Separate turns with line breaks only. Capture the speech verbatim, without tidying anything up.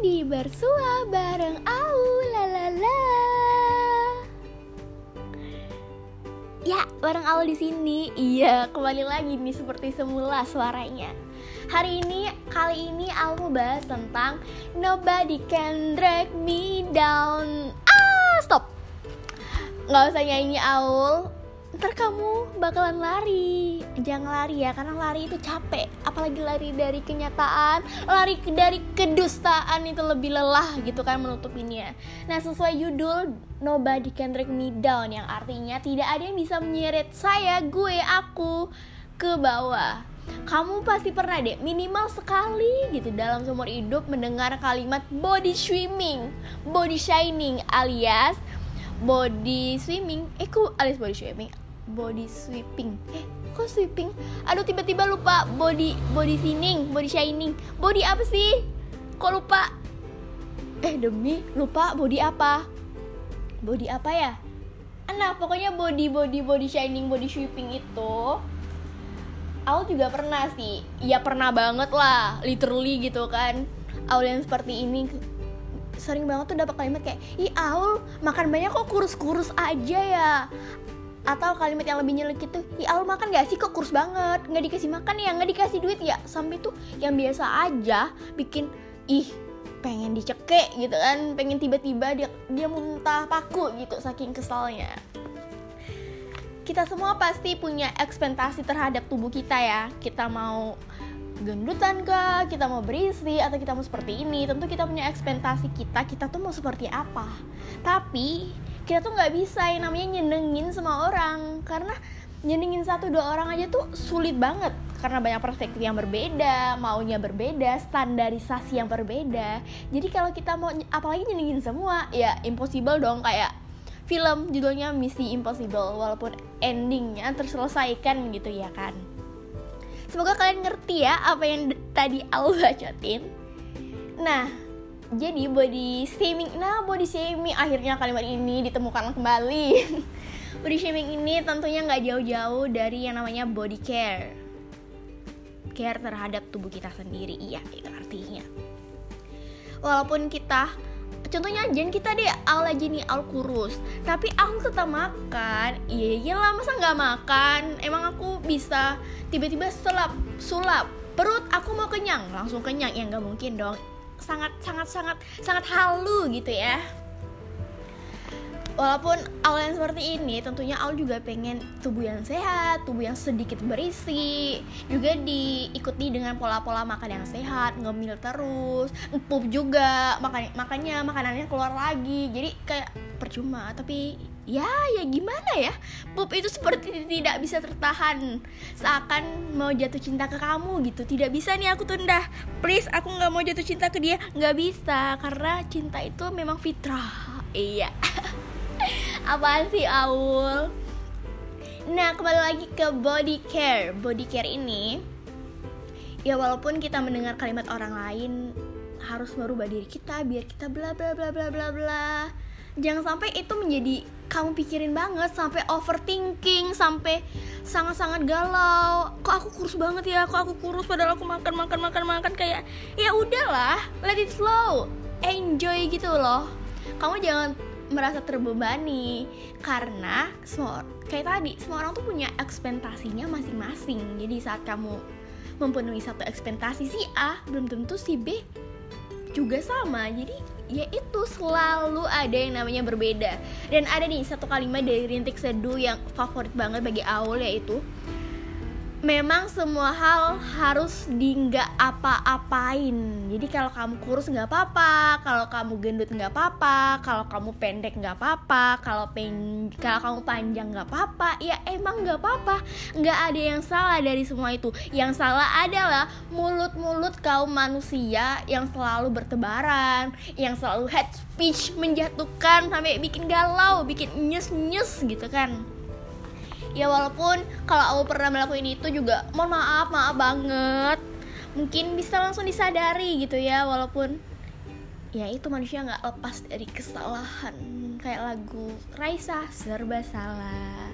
di Bersua bareng Au lalala. Ya, bareng Au di sini. Iya, kembali lagi nih seperti semula suaranya. Hari ini, kali ini Au mau bahas tentang Nobody Can Drag Me Down. Ah, stop. Gak usah nyanyi, Aul. Ntar kamu bakalan lari. Jangan lari ya, karena lari itu capek. Apalagi lari dari kenyataan, lari dari kedustaan itu lebih lelah gitu kan menutupinnya. Nah, sesuai judul Nobody Can Drag Me Down, yang artinya tidak ada yang bisa menyeret saya, gue, aku ke bawah. Kamu pasti pernah deh minimal sekali gitu dalam seumur hidup mendengar kalimat body shaming, body shining alias body swimming. Eh kok alias body shaming? Body sweeping. Eh kok sweeping? Aduh, tiba-tiba lupa. Body body thinning, body shining. Body apa sih? Kok lupa? Eh demi lupa body apa? Body apa ya? Nah, pokoknya body body body shining, body sweeping itu Aku juga pernah sih. Ya pernah banget lah, literally gitu kan. Aul yang seperti ini sering banget tuh dapat kalimat kayak, "Ih Aul, makan banyak kok kurus-kurus aja ya." Atau kalimat yang lebih nyelekit tuh, "Ih Aul, makan gak sih kok kurus banget, gak dikasih makan ya, gak dikasih duit ya." Sampai tuh yang biasa aja bikin ih pengen dicekek gitu kan, pengen tiba-tiba dia dia muntah paku gitu saking kesalnya. Kita semua pasti punya ekspektasi terhadap tubuh kita ya. Kita mau gendutan kah, kita mau berisi, atau kita mau seperti ini. Tentu kita punya ekspektasi kita, kita tuh mau seperti apa. Tapi kita tuh gak bisa yang namanya nyenengin semua orang. Karena nyenengin satu dua orang aja tuh sulit banget. Karena banyak perspektif yang berbeda, maunya berbeda, standarisasi yang berbeda. Jadi kalau kita mau apalagi nyenengin semua, ya impossible dong. Kayak film judulnya Misi Impossible, walaupun endingnya terselesaikan gitu ya kan. Semoga kalian ngerti ya apa yang d- tadi aku bacotin. Nah, jadi body shaming, nah body shaming akhirnya kalimat ini ditemukan kembali. Body shaming ini tentunya nggak jauh-jauh dari yang namanya body care, care terhadap tubuh kita sendiri. Iya, itu artinya. Walaupun kita contohnya aja kita deh Aul aja nih, Aul kurus tapi Aul tetap makan. Iya iyalah, masa gak makan? Emang aku bisa tiba-tiba sulap sulap perut aku mau kenyang langsung kenyang? Ya gak mungkin dong. Sangat sangat sangat sangat halu gitu ya. Walaupun Aul yang seperti ini, tentunya Aul juga pengen tubuh yang sehat, tubuh yang sedikit berisi, juga diikuti dengan pola-pola makan yang sehat, ngemil terus, pup juga, makan makannya makanannya keluar lagi. Jadi kayak percuma, tapi ya ya gimana ya? Pup itu seperti tidak bisa tertahan, seakan mau jatuh cinta ke kamu gitu. Tidak bisa nih aku tunda. Please, aku enggak mau jatuh cinta ke dia. Enggak bisa, karena cinta itu memang fitrah. Iya. Apaan sih Aul? Nah, kembali lagi ke body care. Body care ini, ya walaupun kita mendengar kalimat orang lain, harus merubah diri kita biar kita bla bla bla bla bla bla. Jangan sampai itu menjadi kamu pikirin banget, sampai overthinking, sampai sangat-sangat galau. Kok aku kurus banget ya? Kok aku kurus padahal aku makan makan makan makan kayak ya udahlah, let it flow. Enjoy gitu loh. Kamu jangan merasa terbebani, karena semua kayak tadi semua orang tuh punya ekspektasinya masing-masing. Jadi saat kamu mempenuhi satu ekspektasi si A, belum tentu si B juga sama. Jadi ya itu selalu ada yang namanya berbeda. Dan ada nih satu kalimat dari Rintik Seduh yang favorit banget bagi Aul, yaitu memang semua hal harus di nggak apa-apain. Jadi kalau kamu kurus nggak apa-apa, kalau kamu gendut nggak apa-apa, kalau kamu pendek nggak apa-apa, kalau pen kalau kamu panjang nggak apa-apa. Ya emang nggak apa-apa, nggak ada yang salah dari semua itu. Yang salah adalah mulut-mulut kaum manusia yang selalu bertebaran, yang selalu hate speech, menjatuhkan sampai bikin galau, bikin nyes-nyes gitu kan. Ya walaupun kalau aku pernah melakukan itu juga mohon maaf, maaf banget. Mungkin bisa langsung disadari gitu ya. Walaupun ya itu manusia gak lepas dari kesalahan. Kayak lagu Raisa, Serba Salah.